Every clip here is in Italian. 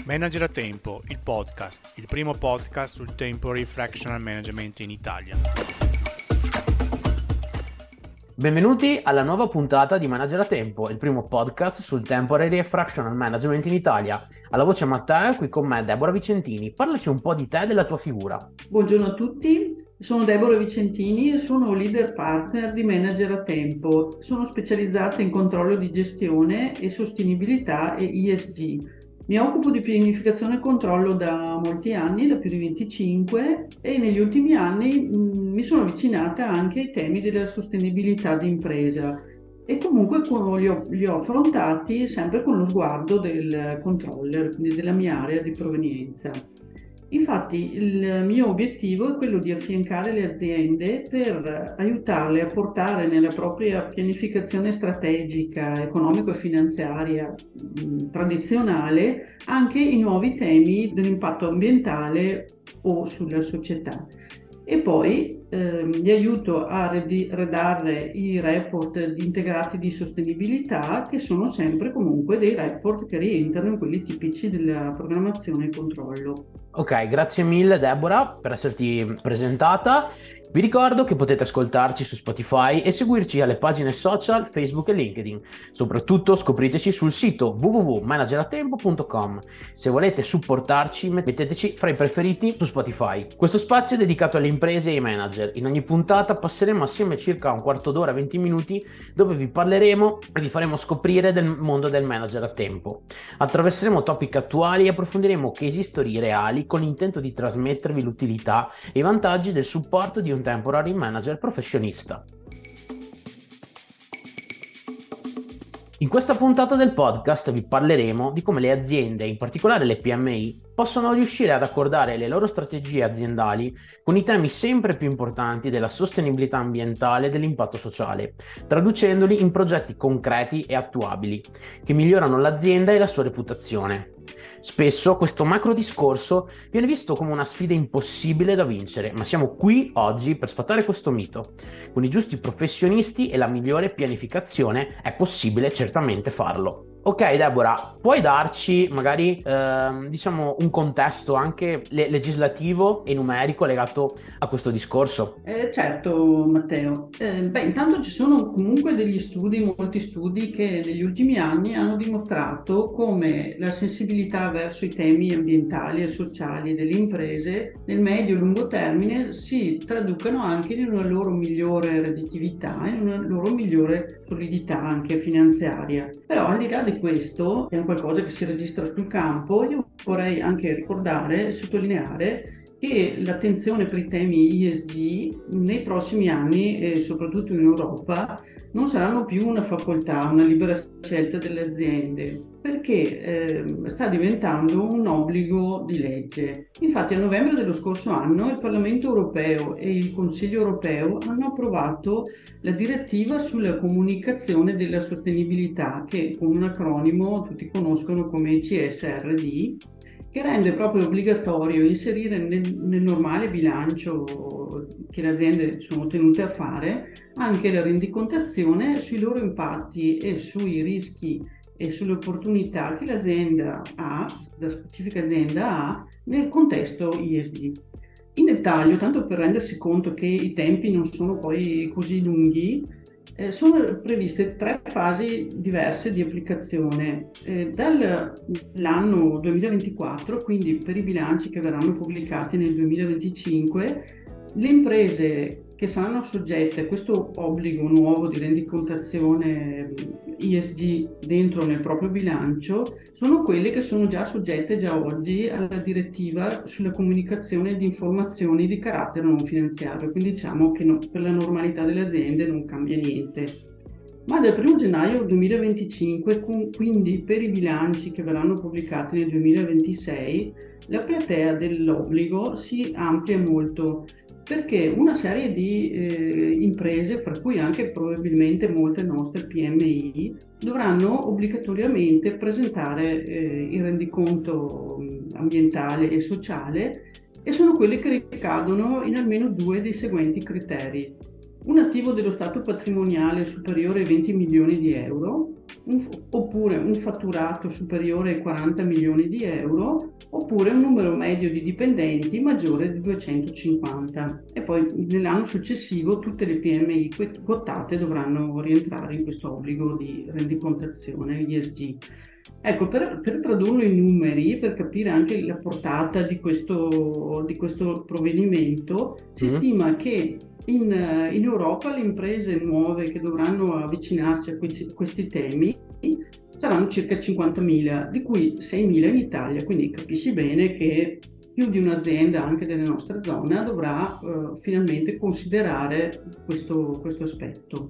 Manager a Tempo, il podcast, il primo podcast sul Temporary Fractional Management in Italia. Benvenuti alla nuova puntata di Manager a Tempo, il primo podcast sul Temporary Fractional Management in Italia. Alla voce Matteo, qui con me Deborah Vicentini. Parlaci un po' di te e della tua figura. Buongiorno a tutti, sono Deborah Vicentini e sono leader partner di Manager a Tempo. Sono specializzata in controllo di gestione e sostenibilità e ESG. Mi occupo di pianificazione e controllo da molti anni, da più di 25, e negli ultimi anni mi sono avvicinata anche ai temi della sostenibilità d'impresa e comunque li ho affrontati sempre con lo sguardo del controller, quindi della mia area di provenienza. Infatti il mio obiettivo è quello di affiancare le aziende per aiutarle a portare nella propria pianificazione strategica, economico e finanziaria tradizionale anche i nuovi temi dell'impatto ambientale o sulla società. E poi li aiuto a redarre i report integrati di sostenibilità, che sono sempre comunque dei report che rientrano in quelli tipici della programmazione e controllo. Ok, grazie mille Deborah per esserti presentata. Vi ricordo che potete ascoltarci su Spotify e seguirci alle pagine social Facebook e LinkedIn. Soprattutto scopriteci sul sito www.manageratempo.com. Se volete supportarci, metteteci fra i preferiti su Spotify. Questo spazio è dedicato alle imprese e ai manager. In ogni puntata passeremo assieme circa un quarto d'ora, 20 minuti, dove vi parleremo e vi faremo scoprire del mondo del manager a tempo. Attraverseremo topic attuali e approfondiremo casi storie reali con l'intento di trasmettervi l'utilità e i vantaggi del supporto di un temporary manager professionista. In questa puntata del podcast vi parleremo di come le aziende, in particolare le PMI, possono riuscire ad accordare le loro strategie aziendali con i temi sempre più importanti della sostenibilità ambientale e dell'impatto sociale, traducendoli in progetti concreti e attuabili che migliorano l'azienda e la sua reputazione. Spesso questo macro discorso viene visto come una sfida impossibile da vincere, ma siamo qui oggi per sfatare questo mito. Con i giusti professionisti e la migliore pianificazione è possibile certamente farlo. Ok Deborah, puoi darci magari un contesto anche legislativo e numerico legato a questo discorso? Certo Matteo, intanto ci sono comunque degli studi, molti studi che negli ultimi anni hanno dimostrato come la sensibilità verso i temi ambientali e sociali delle imprese nel medio e lungo termine si traducano anche in una loro migliore redditività, in una loro migliore solidità anche finanziaria. Però al di là di questo, è qualcosa che si registra sul campo, io vorrei anche ricordare e sottolineare che l'attenzione per i temi ESG nei prossimi anni, e soprattutto in Europa, non saranno più una facoltà, una libera scelta delle aziende, perché sta diventando un obbligo di legge. Infatti a novembre dello scorso anno il Parlamento europeo e il Consiglio europeo hanno approvato la direttiva sulla comunicazione della sostenibilità, che con un acronimo tutti conoscono come CSRD, che rende proprio obbligatorio inserire nel normale bilancio che le aziende sono tenute a fare anche la rendicontazione sui loro impatti e sui rischi e sulle opportunità che l'azienda ha, la specifica azienda ha, nel contesto ESG. In dettaglio, tanto per rendersi conto che i tempi non sono poi così lunghi, sono previste 3 fasi diverse di applicazione. Dall'anno 2024, quindi per i bilanci che verranno pubblicati nel 2025, le imprese che saranno soggette a questo obbligo nuovo di rendicontazione ESG dentro nel proprio bilancio sono quelle che sono già soggette già oggi alla direttiva sulla comunicazione di informazioni di carattere non finanziario, quindi diciamo che per la normalità delle aziende non cambia niente. Ma dal 1 gennaio 2025, quindi per i bilanci che verranno pubblicati nel 2026, la platea dell'obbligo si amplia molto, perché una serie di imprese, fra cui anche probabilmente molte nostre PMI, dovranno obbligatoriamente presentare il rendiconto ambientale e sociale, e sono quelle che ricadono in almeno 2 dei seguenti criteri: un attivo dello stato patrimoniale superiore ai 20 milioni di euro, oppure un fatturato superiore ai 40 milioni di euro, oppure un numero medio di dipendenti maggiore di 250. E poi nell'anno successivo tutte le PMI quotate dovranno rientrare in questo obbligo di rendicontazione ESG. Ecco, per tradurlo in numeri, per capire anche la portata di questo provvedimento, si stima che in Europa le imprese nuove che dovranno avvicinarsi a questi temi saranno circa 50.000, di cui 6.000 in Italia, quindi capisci bene che più di un'azienda anche della nostra zona dovrà finalmente considerare questo aspetto.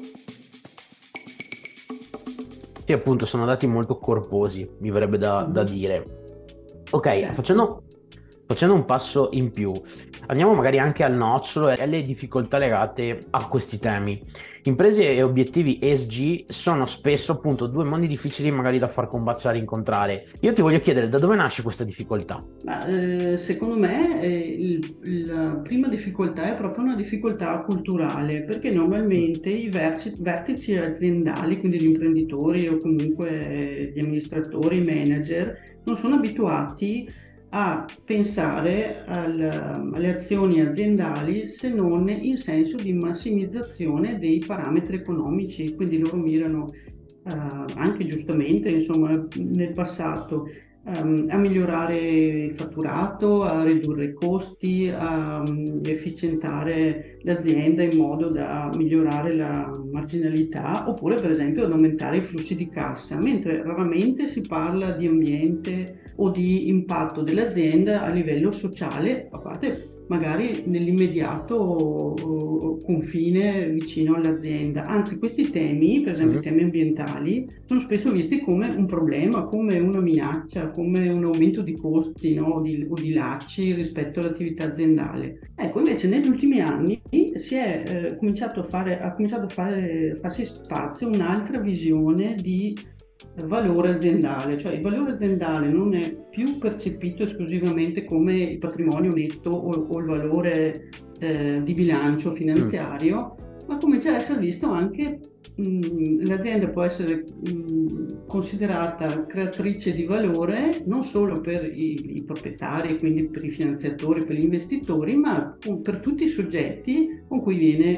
Sì, appunto, sono dati molto corposi, mi verrebbe da dire. Ok, Certo. facendo un passo in più, andiamo magari anche al nocciolo e alle difficoltà legate a questi temi. Imprese e obiettivi ESG sono spesso appunto due mondi difficili magari da far combaciare e incontrare. Io ti voglio chiedere da dove nasce questa difficoltà? Secondo me la prima difficoltà è proprio una difficoltà culturale, perché normalmente i vertici aziendali, quindi gli imprenditori o comunque gli amministratori, i manager, non sono abituati a pensare alle azioni aziendali se non in senso di massimizzazione dei parametri economici, quindi loro mirano anche giustamente, insomma, nel passato a migliorare il fatturato, a ridurre i costi, a efficientare l'azienda in modo da migliorare la marginalità, oppure per esempio ad aumentare i flussi di cassa, mentre raramente si parla di ambiente o di impatto dell'azienda a livello sociale, a parte magari nell'immediato confine vicino all'azienda. Anzi, questi temi, per esempio i temi ambientali, sono spesso visti come un problema, come una minaccia, come un aumento di costi, no? o di lacci rispetto all'attività aziendale. Ecco, invece negli ultimi anni si è cominciato a farsi spazio un'altra visione di valore aziendale, cioè il valore aziendale non è più percepito esclusivamente come il patrimonio netto o il valore di bilancio finanziario, ma comincia a essere visto anche l'azienda può essere considerata creatrice di valore non solo per i proprietari, quindi per i finanziatori, per gli investitori, ma per tutti i soggetti con cui viene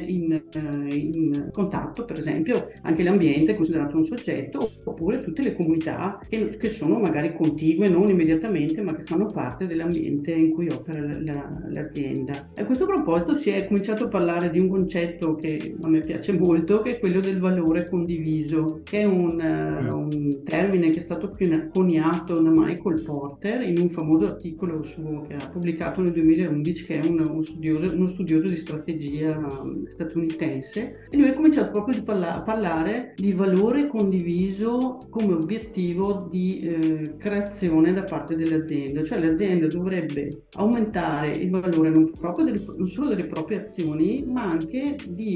in contatto, per esempio anche l'ambiente è considerato un soggetto, oppure tutte le comunità che sono magari contigue, non immediatamente, ma che fanno parte dell'ambiente in cui opera l'azienda. A questo proposito si è cominciato a parlare di un concetto che a me piace molto, che è quello del valore condiviso, che è un termine che è stato coniato da Michael Porter in un famoso articolo suo che ha pubblicato nel 2011, che è uno studioso di strategia statunitense, e lui ha cominciato proprio a parlare di valore condiviso come obiettivo di creazione da parte dell'azienda, cioè l'azienda dovrebbe aumentare il valore non solo delle proprie azioni, ma anche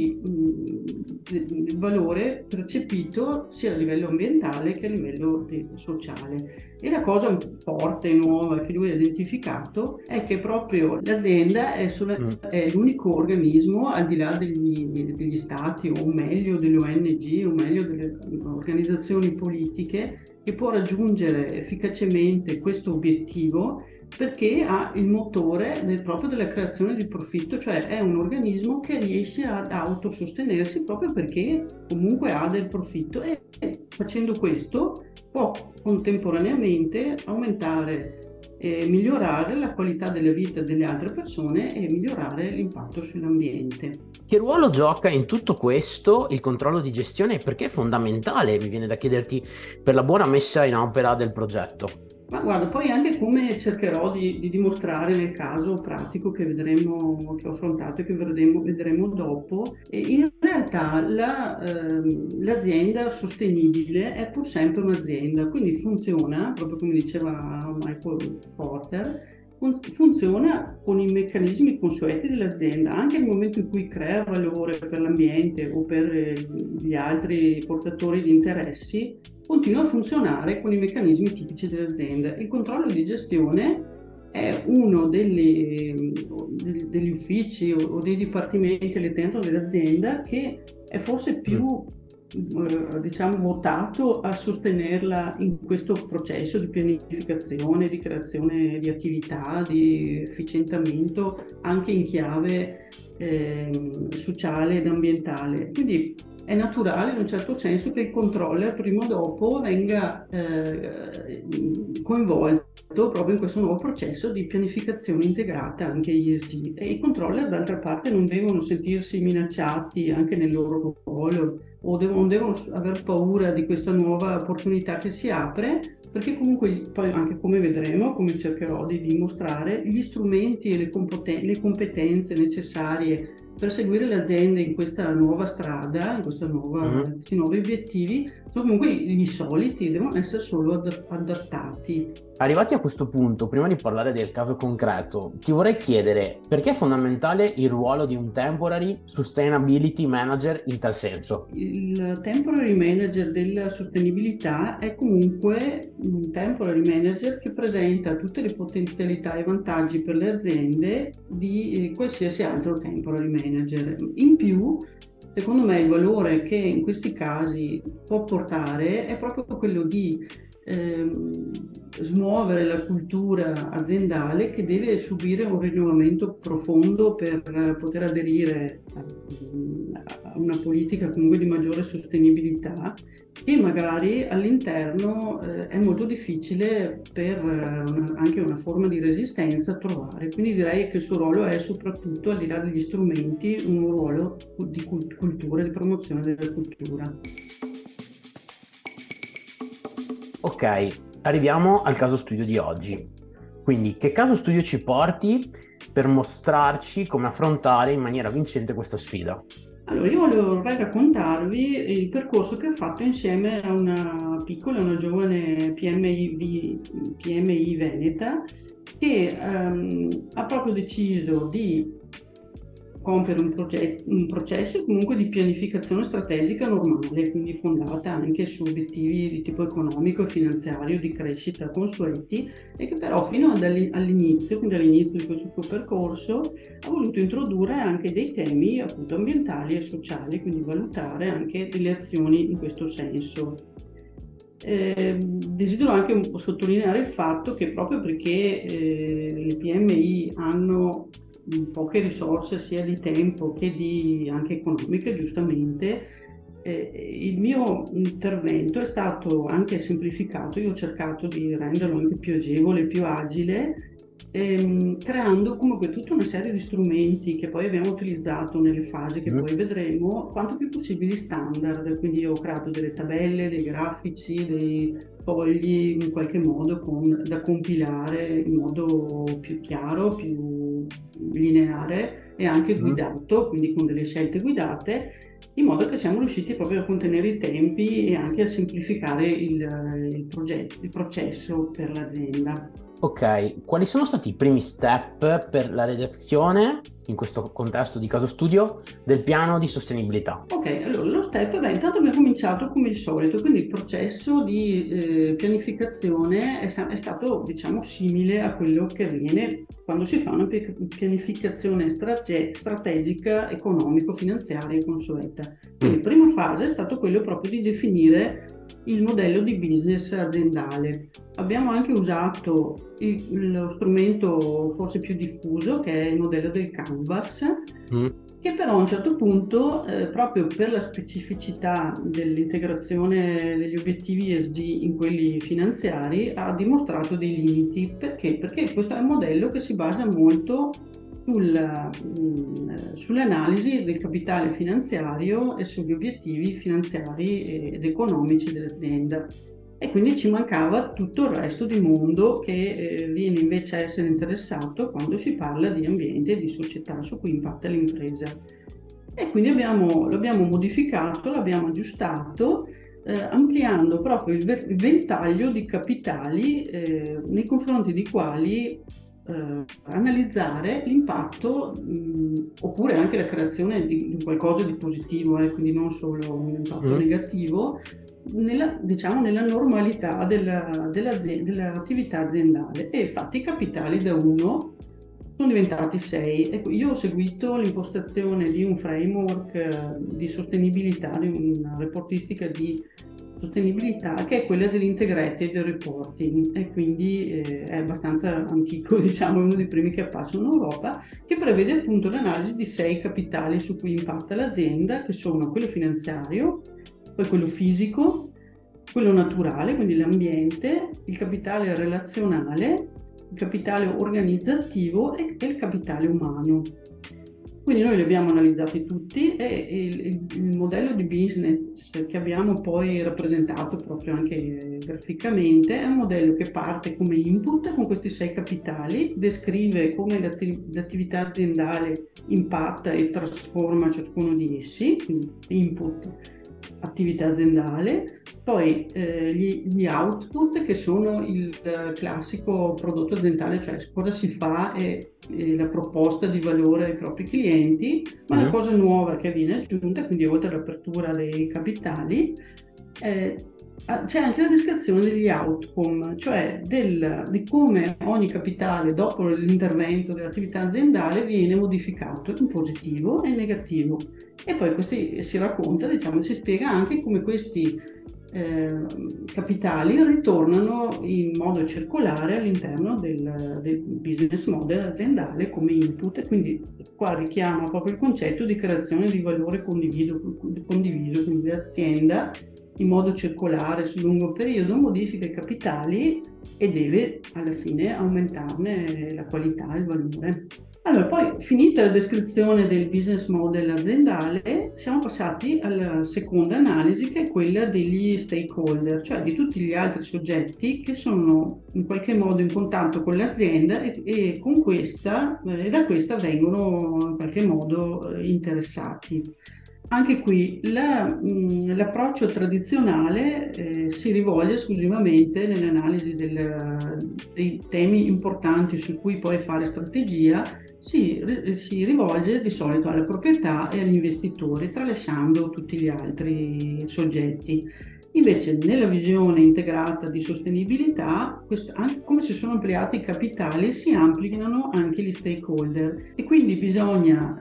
del valore percepito sia a livello ambientale che a livello sociale. E la cosa forte e nuova che lui ha identificato è che proprio l'azienda è l'unico organismo, al di là degli stati, o meglio delle ONG, o meglio delle organizzazioni politiche, che può raggiungere efficacemente questo obiettivo, perché ha il motore proprio della creazione di profitto, cioè è un organismo che riesce ad autosostenersi proprio perché comunque ha del profitto, e facendo questo può contemporaneamente aumentare e migliorare la qualità della vita delle altre persone e migliorare l'impatto sull'ambiente. Che ruolo gioca in tutto questo il controllo di gestione, perché è fondamentale, mi viene da chiederti, per la buona messa in opera del progetto? Ma guarda, poi anche come cercherò di dimostrare nel caso pratico che ho affrontato e che vedremo dopo, e in realtà l'azienda sostenibile è pur sempre un'azienda, quindi funziona, proprio come diceva Michael Porter, funziona con i meccanismi consueti dell'azienda, anche nel momento in cui crea valore per l'ambiente o per gli altri portatori di interessi, continua a funzionare con i meccanismi tipici dell'azienda. Il controllo di gestione è uno degli uffici o dei dipartimenti all'interno dell'azienda che è forse più diciamo, votato a sostenerla in questo processo di pianificazione, di creazione di attività, di efficientamento anche in chiave sociale ed ambientale. Quindi è naturale in un certo senso che il controller prima o dopo venga coinvolto proprio in questo nuovo processo di pianificazione integrata anche ESG, e i controller d'altra parte non devono sentirsi minacciati anche nel loro ruolo o non devono aver paura di questa nuova opportunità che si apre, perché comunque poi anche, come vedremo, come cercherò di dimostrare, gli strumenti e le competenze necessarie per seguire le aziende in questa nuova strada, in questi nuovi obiettivi, sono comunque gli soliti, devono essere solo adattati. Arrivati a questo punto, prima di parlare del caso concreto, ti vorrei chiedere perché è fondamentale il ruolo di un Temporary Sustainability Manager in tal senso? Il Temporary Manager della sostenibilità è comunque un Temporary Manager che presenta tutte le potenzialità e vantaggi per le aziende di qualsiasi altro Temporary Manager. In più, secondo me il valore che in questi casi può portare è proprio quello di smuovere la cultura aziendale, che deve subire un rinnovamento profondo per poter aderire a una politica comunque di maggiore sostenibilità, e magari all'interno è molto difficile per anche una forma di resistenza trovare. Quindi direi che il suo ruolo è soprattutto, al di là degli strumenti, un ruolo di cultura, di promozione della cultura. Ok, arriviamo al caso studio di oggi. Quindi, che caso studio ci porti per mostrarci come affrontare in maniera vincente questa sfida? Allora, io vorrei raccontarvi il percorso che ho fatto insieme a una giovane PMI veneta che ha proprio deciso di compiere un processo comunque di pianificazione strategica normale, quindi fondata anche su obiettivi di tipo economico e finanziario di crescita consueti, e che però fino all'inizio, quindi all'inizio di questo suo percorso, ha voluto introdurre anche dei temi appunto ambientali e sociali, quindi valutare anche delle azioni in questo senso. Desidero anche sottolineare il fatto che proprio perché le PMI hanno poche risorse sia di tempo che anche economiche, giustamente, il mio intervento è stato anche semplificato. Io ho cercato di renderlo anche più agevole, più agile, creando comunque tutta una serie di strumenti che poi abbiamo utilizzato nelle fasi che poi vedremo, quanto più possibili standard. Quindi io ho creato delle tabelle, dei grafici, dei fogli in qualche modo da compilare in modo più chiaro, più lineare e anche guidato, quindi con delle scelte guidate, in modo che siamo riusciti proprio a contenere i tempi e anche a semplificare il processo per l'azienda. Ok, quali sono stati i primi step per la redazione, in questo contesto di caso studio, del piano di sostenibilità? Ok, allora lo step, intanto abbiamo cominciato come il solito, quindi il processo di pianificazione è stato, diciamo, simile a quello che avviene quando si fa una pianificazione strategica, economico-finanziaria consueta. Quindi la prima fase è stato quello proprio di definire il modello di business aziendale. Abbiamo anche usato lo strumento forse più diffuso, che è il modello del Canvas, che però a un certo punto, proprio per la specificità dell'integrazione degli obiettivi ESG in quelli finanziari, ha dimostrato dei limiti. Perché? Perché questo è un modello che si basa molto sull'analisi del capitale finanziario e sugli obiettivi finanziari ed economici dell'azienda, e quindi ci mancava tutto il resto di mondo che viene invece a essere interessato quando si parla di ambiente e di società su cui impatta l'impresa. E quindi l'abbiamo modificato, l'abbiamo aggiustato, ampliando proprio il ventaglio di capitali nei confronti di quali analizzare l'impatto, oppure anche la creazione di qualcosa di positivo, quindi non solo un impatto negativo, nella normalità dell'attività aziendale. E infatti i capitali da 1 sono diventati 6. Ecco, io ho seguito l'impostazione di un framework di sostenibilità, di una reportistica di sostenibilità, che è quella dell'integrated reporting, e quindi è abbastanza antico, diciamo, è uno dei primi che è apparso in Europa, che prevede appunto l'analisi di 6 capitali su cui impatta l'azienda, che sono quello finanziario, poi quello fisico, quello naturale, quindi l'ambiente, il capitale relazionale, il capitale organizzativo e il capitale umano. Quindi noi li abbiamo analizzati tutti e il modello di business che abbiamo poi rappresentato proprio anche graficamente è un modello che parte come input con questi 6 capitali, descrive come l'attività aziendale impatta e trasforma ciascuno di essi, quindi input, attività aziendale, poi gli output, che sono il classico prodotto aziendale, cioè cosa si fa e la proposta di valore ai propri clienti, ma la cosa nuova che viene aggiunta, quindi oltre all'apertura dei capitali, c'è anche la descrizione degli outcome, cioè di come ogni capitale dopo l'intervento dell'attività aziendale viene modificato in positivo e in negativo. E poi si racconta, diciamo, si spiega anche come questi capitali ritornano in modo circolare all'interno del business model aziendale come input, e quindi qua richiama proprio il concetto di creazione di valore condiviso, quindi l'azienda in modo circolare sul lungo periodo modifica i capitali e deve alla fine aumentarne la qualità e il valore. Allora, poi finita la descrizione del business model aziendale, siamo passati alla seconda analisi, che è quella degli stakeholder, cioè di tutti gli altri soggetti che sono in qualche modo in contatto con l'azienda e con questa, e da questa vengono in qualche modo interessati. Anche qui l'approccio tradizionale si rivolge esclusivamente nell'analisi dei temi importanti su cui poi fare strategia, si rivolge di solito alla proprietà e agli investitori, tralasciando tutti gli altri soggetti. Invece nella visione integrata di sostenibilità, anche come si sono ampliati i capitali, si ampliano anche gli stakeholder, e quindi bisogna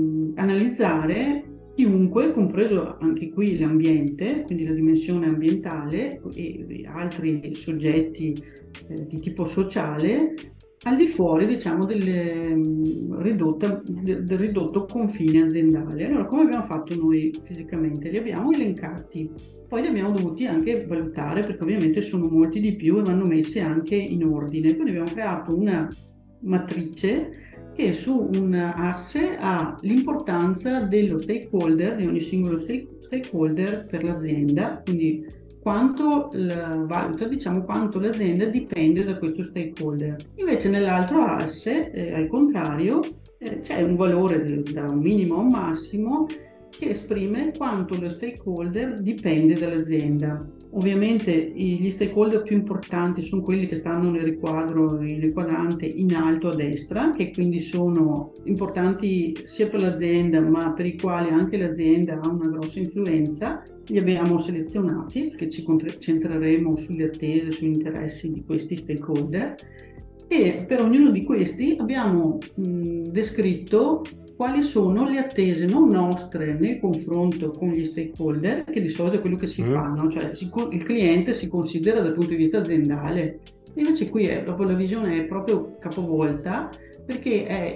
analizzare chiunque, compreso anche qui l'ambiente, quindi la dimensione ambientale e altri soggetti di tipo sociale, al di fuori, diciamo, del ridotto confine aziendale. Allora, come abbiamo fatto noi fisicamente? Li abbiamo elencati, poi li abbiamo dovuti anche valutare, perché ovviamente sono molti di più e vanno messi anche in ordine. Quindi abbiamo creato una matrice che su un asse ha l'importanza dello stakeholder, di ogni singolo stakeholder per l'azienda, quindi quanto valuta, diciamo, quanto l'azienda dipende da questo stakeholder. Invece nell'altro asse, al contrario, c'è un valore da un minimo a un massimo che esprime quanto lo stakeholder dipende dall'azienda. Ovviamente gli stakeholder più importanti sono quelli che stanno nel quadrante in alto a destra, che quindi sono importanti sia per l'azienda, ma per i quali anche l'azienda ha una grossa influenza. Li abbiamo selezionati perché ci concentreremo sulle attese, sugli interessi di questi stakeholder, e per ognuno di questi abbiamo descritto quali sono le attese non nostre nel confronto con gli stakeholder, che di solito è quello che si fanno, cioè il cliente si considera dal punto di vista aziendale. Invece qui dopo la visione è proprio capovolta, perché è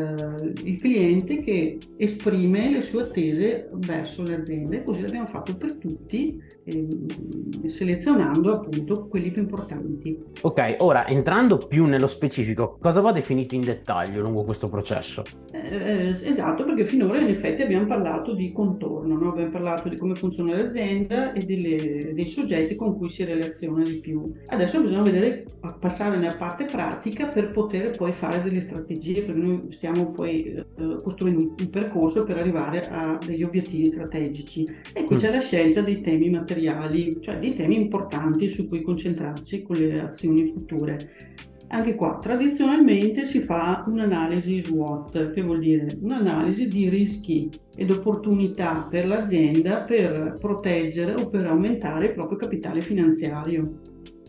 il cliente che esprime le sue attese verso le aziende, così l'abbiamo fatto per tutti, selezionando appunto quelli più importanti. Ok, ora entrando più nello specifico, cosa va definito in dettaglio lungo questo processo? Esatto, perché finora in effetti abbiamo parlato di contorno, no? Abbiamo parlato di come funziona l'azienda e dei soggetti con cui si relaziona di più. Adesso bisogna passare nella parte pratica per poter poi fare delle strategie, perché noi stiamo poi costruendo un percorso per arrivare a degli obiettivi strategici. E qui c'è la scelta dei temi materiali, cioè dei temi importanti su cui concentrarci con le azioni future. Anche qua tradizionalmente si fa un'analisi SWOT, che vuol dire un'analisi di rischi ed opportunità per l'azienda per proteggere o per aumentare il proprio capitale finanziario.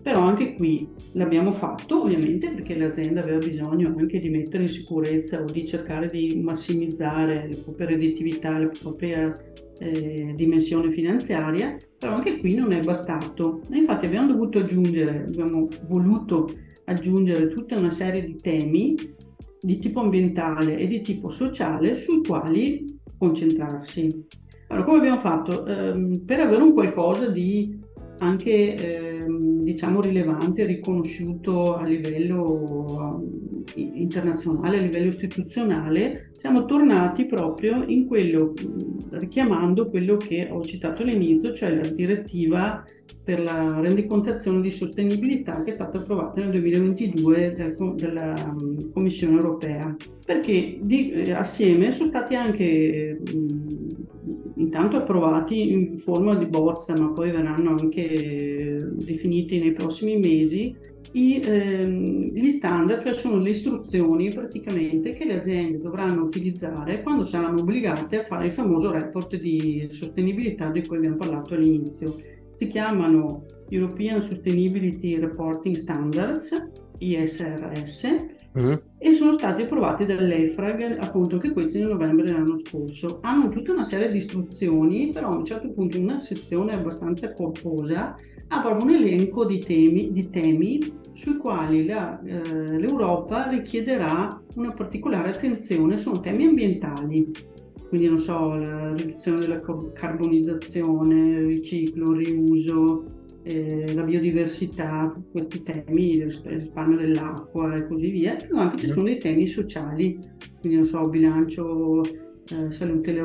Però anche qui l'abbiamo fatto ovviamente perché l'azienda aveva bisogno anche di mettere in sicurezza o di cercare di massimizzare la propria redditività, la propria dimensione finanziaria, però anche qui non è bastato. E infatti abbiamo voluto aggiungere tutta una serie di temi di tipo ambientale e di tipo sociale sui quali concentrarsi. Allora, come abbiamo fatto? Per avere un qualcosa di anche diciamo rilevante, riconosciuto a livello internazionale, a livello istituzionale, siamo tornati proprio in quello, richiamando quello che ho citato all'inizio, cioè la direttiva per la rendicontazione di sostenibilità che è stata approvata nel 2022 dalla Commissione europea, perché assieme sono stati anche intanto approvati in forma di bozza, ma poi verranno anche definiti nei prossimi mesi, gli standard, cioè sono le istruzioni praticamente che le aziende dovranno utilizzare quando saranno obbligate a fare il famoso report di sostenibilità di cui abbiamo parlato all'inizio. Si chiamano European Sustainability Reporting Standards, ISRS, e sono stati approvati dall'EFRAG appunto che questi nel novembre dell'anno scorso. Hanno tutta una serie di istruzioni, però a un certo punto una sezione abbastanza corposa ha proprio un elenco di temi sui quali l'Europa richiederà una particolare attenzione. Sono temi ambientali, quindi non so, la riduzione della carbonizzazione, il riciclo, il riuso, la biodiversità, questi temi, il risparmio dell'acqua e così via. Però anche ci sono dei temi sociali, quindi non so, bilancio, salute,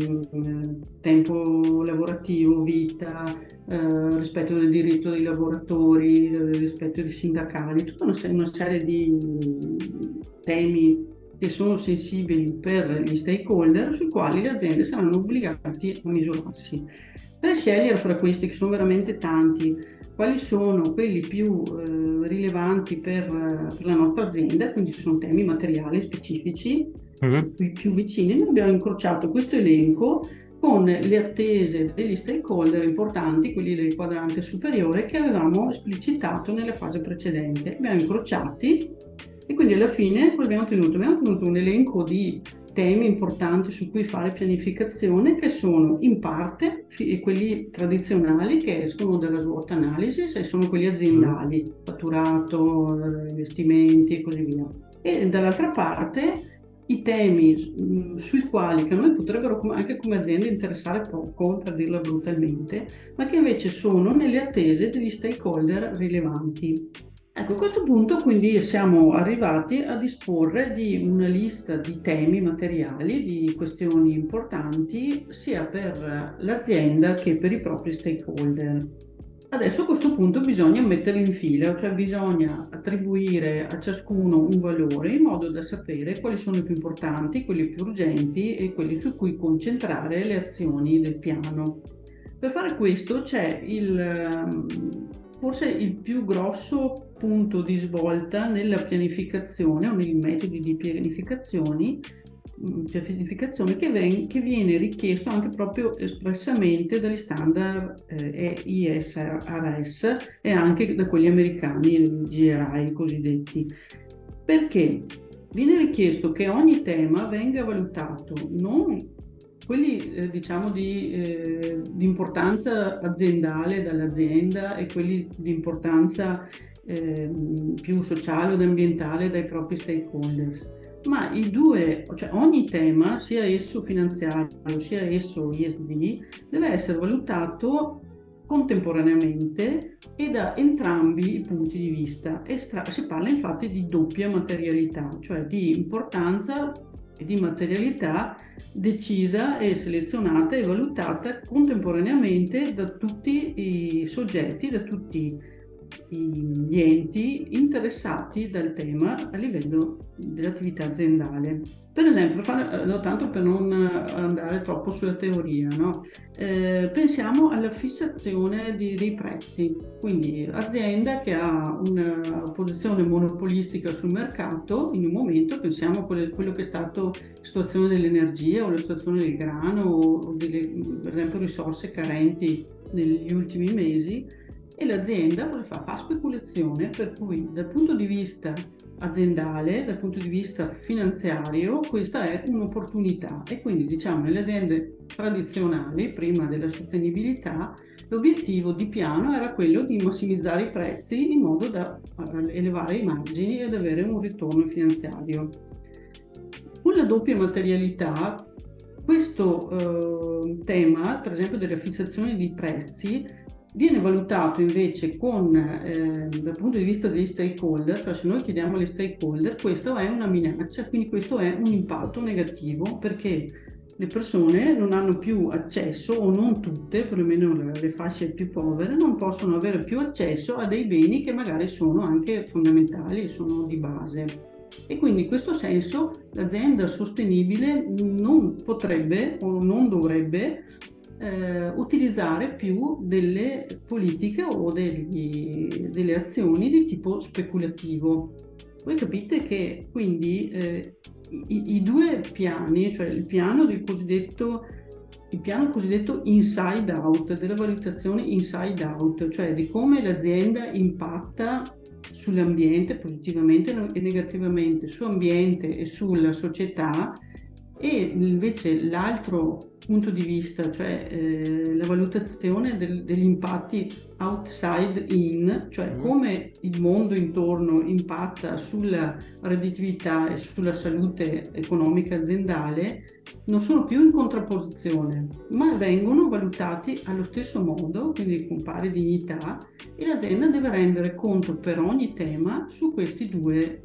tempo lavorativo, vita, rispetto del diritto dei lavoratori, rispetto dei sindacali, tutta una serie di temi che sono sensibili per gli stakeholder, sui quali le aziende saranno obbligate a misurarsi. Per scegliere fra questi, che sono veramente tanti, quali sono quelli più rilevanti per la nostra azienda, quindi sono temi materiali specifici, più vicini, noi abbiamo incrociato questo elenco con le attese degli stakeholder importanti, quelli del quadrante superiore, che avevamo esplicitato nella fase precedente. Abbiamo incrociati e quindi alla fine abbiamo tenuto un elenco di temi importanti su cui fare pianificazione, che sono in parte quelli tradizionali che escono dalla SWOT analysis e sono quelli aziendali, fatturato, investimenti e così via. E dall'altra parte i temi sui quali che a noi potrebbero anche come azienda interessare poco, per dirla brutalmente, ma che invece sono nelle attese degli stakeholder rilevanti. Ecco, a questo punto quindi siamo arrivati a disporre di una lista di temi materiali, di questioni importanti, sia per l'azienda che per i propri stakeholder. Adesso a questo punto bisogna metterli in fila, cioè bisogna attribuire a ciascuno un valore in modo da sapere quali sono i più importanti, quelli più urgenti e quelli su cui concentrare le azioni del piano. Per fare questo c'è forse il più grosso punto di svolta nella pianificazione o nei metodi di pianificazione che viene richiesto anche proprio espressamente dagli standard ISRS e anche da quelli americani, i GRI cosiddetti. Perché viene richiesto che ogni tema venga valutato non quelli diciamo di importanza aziendale dall'azienda e quelli di importanza più sociale o ambientale dai propri stakeholders, ma cioè ogni tema, sia esso finanziario sia esso ESG, deve essere valutato contemporaneamente e da entrambi i punti di vista. Si parla infatti di doppia materialità, cioè di importanza e di materialità decisa e selezionata e valutata contemporaneamente da tutti i soggetti, da tutti gli enti interessati dal tema a livello dell'attività aziendale. Per esempio, tanto per non andare troppo sulla teoria, no? Pensiamo alla fissazione dei prezzi, quindi azienda che ha una posizione monopolistica sul mercato in un momento, pensiamo a quello che è stato la situazione dell'energia o la situazione del grano o delle, per esempio, risorse carenti negli ultimi mesi, e l'azienda cosa fa? Fa speculazione, per cui dal punto di vista aziendale, dal punto di vista finanziario, questa è un'opportunità. E quindi diciamo nelle aziende tradizionali, prima della sostenibilità, l'obiettivo di piano era quello di massimizzare i prezzi in modo da elevare i margini ed avere un ritorno finanziario. Con la doppia materialità, questo tema, per esempio della fissazione di prezzi, viene valutato invece dal punto di vista degli stakeholder, cioè se noi chiediamo agli stakeholder, questo è una minaccia, quindi questo è un impatto negativo perché le persone non hanno più accesso, o non tutte, perlomeno le fasce più povere, non possono avere più accesso a dei beni che magari sono anche fondamentali, sono di base. E quindi in questo senso l'azienda sostenibile non potrebbe o non dovrebbe utilizzare più delle politiche o delle azioni di tipo speculativo. Voi capite che quindi i due piani, cioè il piano cosiddetto inside out, della valutazione inside out, cioè di come l'azienda impatta sull'ambiente positivamente e negativamente, sull'ambiente e sulla società, e invece l'altro punto di vista, cioè la valutazione degli impatti outside in, cioè come il mondo intorno impatta sulla redditività e sulla salute economica aziendale, non sono più in contrapposizione, ma vengono valutati allo stesso modo, quindi con pari dignità, e l'azienda deve rendere conto per ogni tema con questi due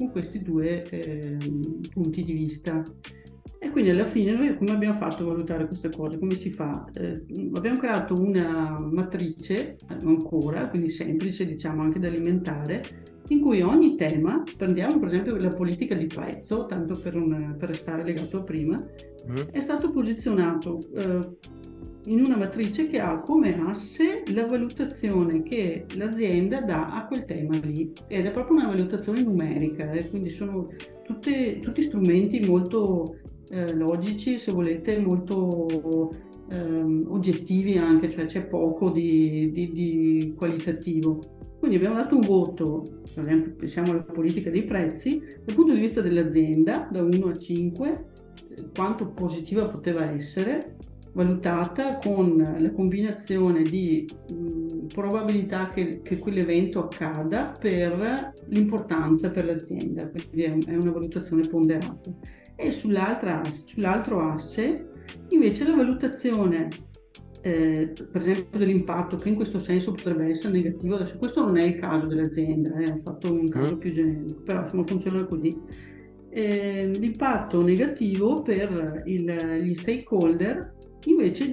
punti di vista. E quindi alla fine noi come abbiamo fatto a valutare queste cose? Come si fa? Abbiamo creato una matrice ancora, quindi semplice, diciamo anche da alimentare, in cui ogni tema, prendiamo per esempio la politica di prezzo, tanto per restare legato a prima, è stato posizionato in una matrice che ha come asse la valutazione che l'azienda dà a quel tema lì, ed è proprio una valutazione numerica, quindi sono tutti strumenti molto logici, se volete, molto oggettivi anche, cioè c'è poco di qualitativo. Quindi abbiamo dato un voto, per esempio, pensiamo alla politica dei prezzi, dal punto di vista dell'azienda, da 1 a 5, quanto positiva poteva essere, valutata con la combinazione di probabilità che quell'evento accada per l'importanza per l'azienda, quindi è una valutazione ponderata. E sull'altro asse invece la valutazione per esempio dell'impatto, che in questo senso potrebbe essere negativo. Adesso questo non è il caso dell'azienda, ho fatto un caso più generico, però insomma funziona così. L'impatto negativo per gli stakeholder invece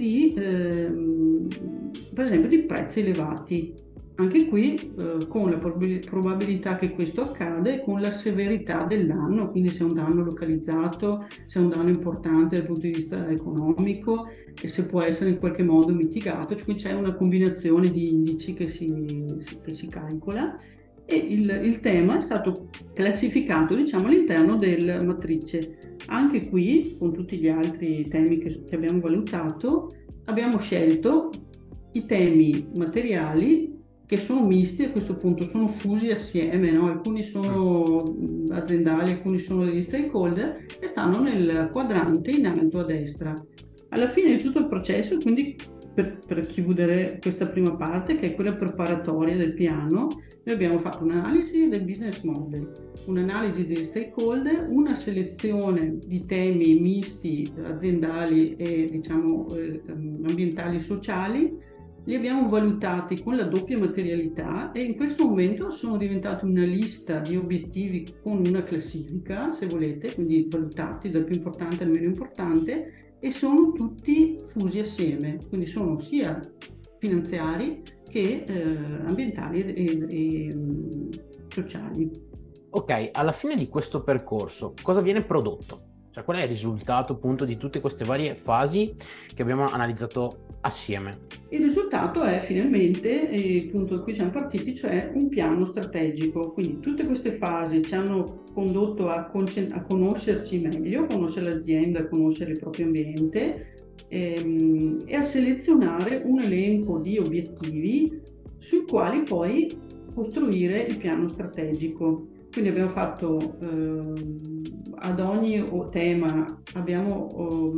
per esempio di prezzi elevati. Anche qui con la probabilità che questo accada e con la severità del danno, quindi se è un danno localizzato, se è un danno importante dal punto di vista economico e se può essere in qualche modo mitigato, cioè c'è una combinazione di indici che si calcola, e il tema è stato classificato, diciamo, all'interno della matrice. Anche qui, con tutti gli altri temi che abbiamo valutato, abbiamo scelto i temi materiali che sono misti, a questo punto sono fusi assieme, no? Alcuni sono aziendali, alcuni sono degli stakeholder, e stanno nel quadrante in alto a destra. Alla fine di tutto il processo, quindi per chiudere questa prima parte, che è quella preparatoria del piano, noi abbiamo fatto un'analisi del business model, un'analisi degli stakeholder, una selezione di temi misti aziendali e diciamo ambientali e sociali. Li abbiamo valutati con la doppia materialità, e in questo momento sono diventati una lista di obiettivi con una classifica, se volete, quindi valutati dal più importante al meno importante, e sono tutti fusi assieme, quindi sono sia finanziari che ambientali e sociali. Ok, alla fine di questo percorso cosa viene prodotto? Cioè, qual è il risultato appunto di tutte queste varie fasi che abbiamo analizzato assieme? Il risultato è finalmente il punto da cui siamo partiti, cioè un piano strategico. Quindi tutte queste fasi ci hanno condotto a conoscerci meglio, a conoscere l'azienda, a conoscere il proprio ambiente e a selezionare un elenco di obiettivi sui quali poi costruire il piano strategico. Quindi abbiamo fatto ad ogni tema abbiamo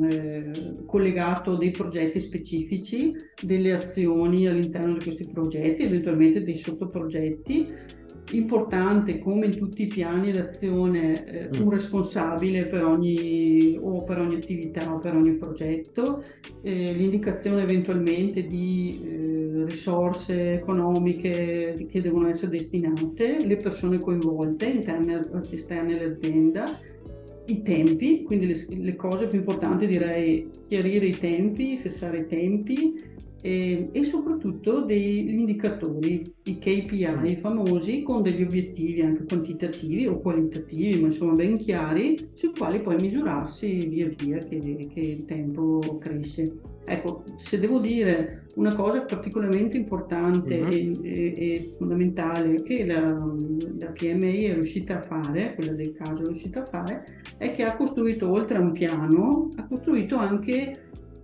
collegato dei progetti specifici, delle azioni all'interno di questi progetti, eventualmente dei sottoprogetti. Importante, come in tutti i piani d'azione, un responsabile per ogni attività o per ogni progetto, l'indicazione eventualmente di risorse economiche che devono essere destinate, le persone coinvolte, interne e esterne all'azienda, i tempi, quindi le cose più importanti direi chiarire i tempi, fissare i tempi, e soprattutto degli indicatori, i KPI famosi, con degli obiettivi anche quantitativi o qualitativi, ma insomma ben chiari, sui quali poi misurarsi via via che il tempo cresce. Ecco, se devo dire una cosa particolarmente importante e fondamentale che la PMI è riuscita a fare, quella del caso è riuscita a fare, è che ha costruito, oltre a un piano, ha costruito anche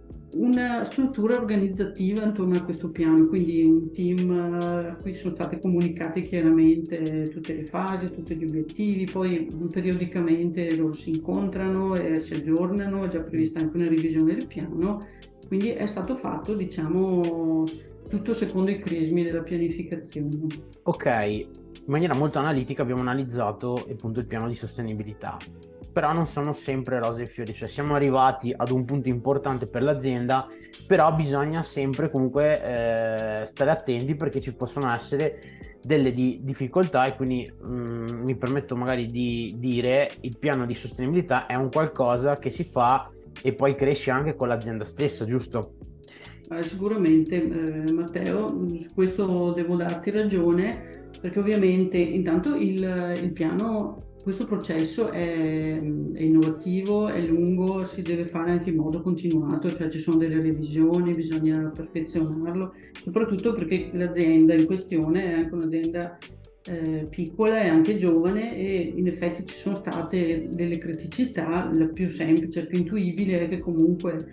una struttura organizzativa intorno a questo piano, quindi un team a cui sono state comunicate chiaramente tutte le fasi, tutti gli obiettivi, poi periodicamente loro si incontrano e si aggiornano, è già prevista anche una revisione del piano, quindi è stato fatto, diciamo, tutto secondo i crismi della pianificazione. Ok, in maniera molto analitica abbiamo analizzato appunto il piano di sostenibilità. Però non sono sempre rose e fiori, cioè siamo arrivati ad un punto importante per l'azienda, però bisogna sempre comunque stare attenti, perché ci possono essere delle difficoltà, e quindi mi permetto magari di dire il piano di sostenibilità è un qualcosa che si fa e poi cresce anche con l'azienda stessa, giusto? Sicuramente Matteo, su questo devo darti ragione, perché ovviamente intanto il piano, questo processo è innovativo, è lungo, si deve fare anche in modo continuato, cioè ci sono delle revisioni, bisogna perfezionarlo, soprattutto perché l'azienda in questione è anche un'azienda piccola e anche giovane, e in effetti ci sono state delle criticità. La più semplice, più intuibile è che comunque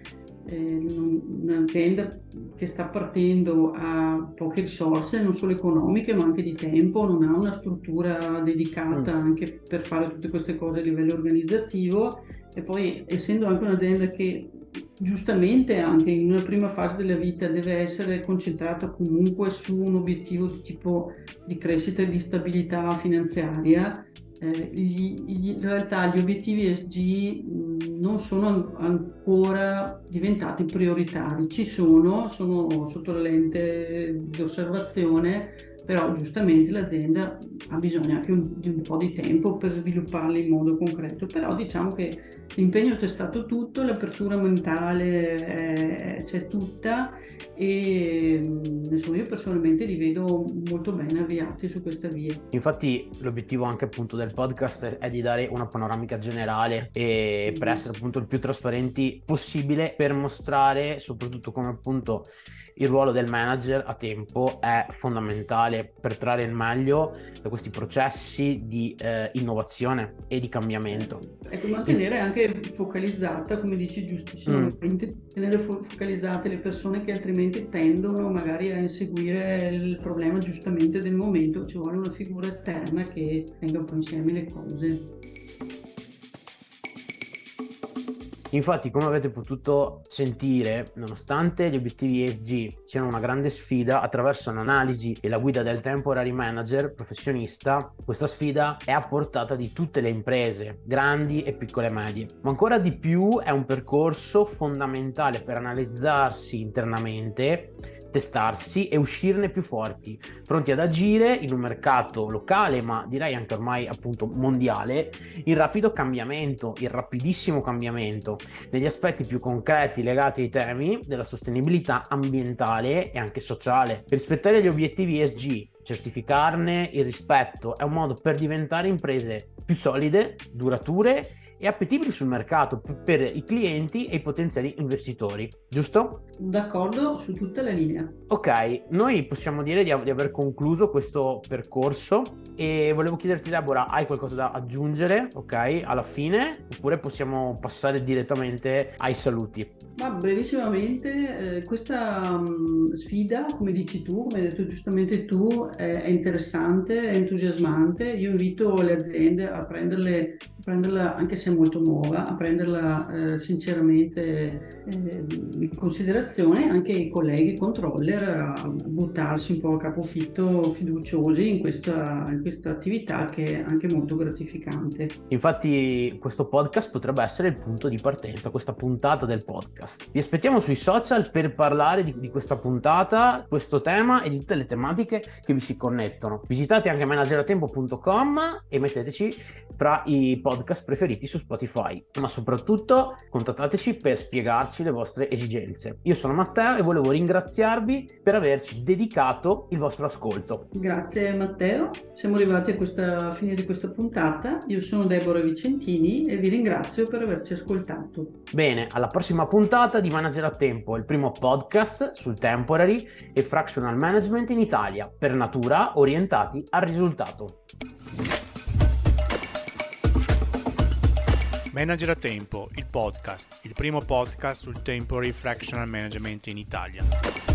un'azienda che sta partendo a poche risorse, non solo economiche ma anche di tempo, non ha una struttura dedicata anche per fare tutte queste cose a livello organizzativo, e poi essendo anche un'azienda che giustamente anche in una prima fase della vita deve essere concentrata comunque su un obiettivo di tipo di crescita e di stabilità finanziaria, in realtà gli obiettivi ESG non sono ancora diventati prioritari, ci sono sotto la lente di osservazione, però giustamente l'azienda ha bisogno anche di un po' di tempo per svilupparli in modo concreto. Però diciamo che l'impegno c'è stato tutto, l'apertura mentale c'è tutta, e insomma io personalmente li vedo molto ben avviati su questa via. Infatti l'obiettivo anche appunto del podcast è di dare una panoramica generale e per essere appunto il più trasparenti possibile, per mostrare soprattutto come appunto il ruolo del manager a tempo è fondamentale per trarre il meglio da questi processi di innovazione e di cambiamento. Ecco, mantenere anche focalizzata, come dici giustissimamente, tenere focalizzate le persone che altrimenti tendono magari a inseguire il problema giustamente del momento. Ci vuole una figura esterna che tenga un po' insieme le cose. Infatti, come avete potuto sentire, nonostante gli obiettivi ESG siano una grande sfida, attraverso l'analisi e la guida del temporary manager professionista, questa sfida è a portata di tutte le imprese, grandi e piccole e medie. Ma ancora di più è un percorso fondamentale per analizzarsi internamente, testarsi e uscirne più forti, pronti ad agire in un mercato locale, ma direi anche ormai appunto mondiale, in rapido cambiamento, in rapidissimo cambiamento, negli aspetti più concreti legati ai temi della sostenibilità ambientale e anche sociale. Per rispettare gli obiettivi ESG, certificarne il rispetto è un modo per diventare imprese più solide, durature e appetibili sul mercato per i clienti e i potenziali investitori, giusto? D'accordo su tutta la linea. Ok, noi possiamo dire di aver concluso questo percorso e volevo chiederti, Deborah, hai qualcosa da aggiungere, ok, alla fine, oppure possiamo passare direttamente ai saluti? Ma brevissimamente, questa sfida, come dici tu, come hai detto giustamente tu, è interessante, è entusiasmante. Io invito le aziende a prenderla, anche se è molto nuova, a prenderla sinceramente in considerazione, anche i colleghi controller a buttarsi un po' a capofitto fiduciosi in questa attività che è anche molto gratificante. Infatti questo podcast potrebbe essere il punto di partenza, questa puntata del podcast. Vi aspettiamo sui social per parlare di questa puntata, questo tema e di tutte le tematiche che vi si connettono. Visitate anche manageratempo.com e metteteci fra i podcast preferiti su Spotify, ma soprattutto contattateci per spiegarci le vostre esigenze. Io sono Matteo e volevo ringraziarvi per averci dedicato il vostro ascolto. Grazie Matteo, siamo arrivati a questa fine di questa puntata. Io sono Deborah Vicentini e vi ringrazio per averci ascoltato. Bene, alla prossima puntata di Manager a Tempo, il primo podcast sul temporary e fractional management in Italia, per natura orientati al risultato. Manager a Tempo, il podcast, il primo podcast sul temporary fractional management in Italia.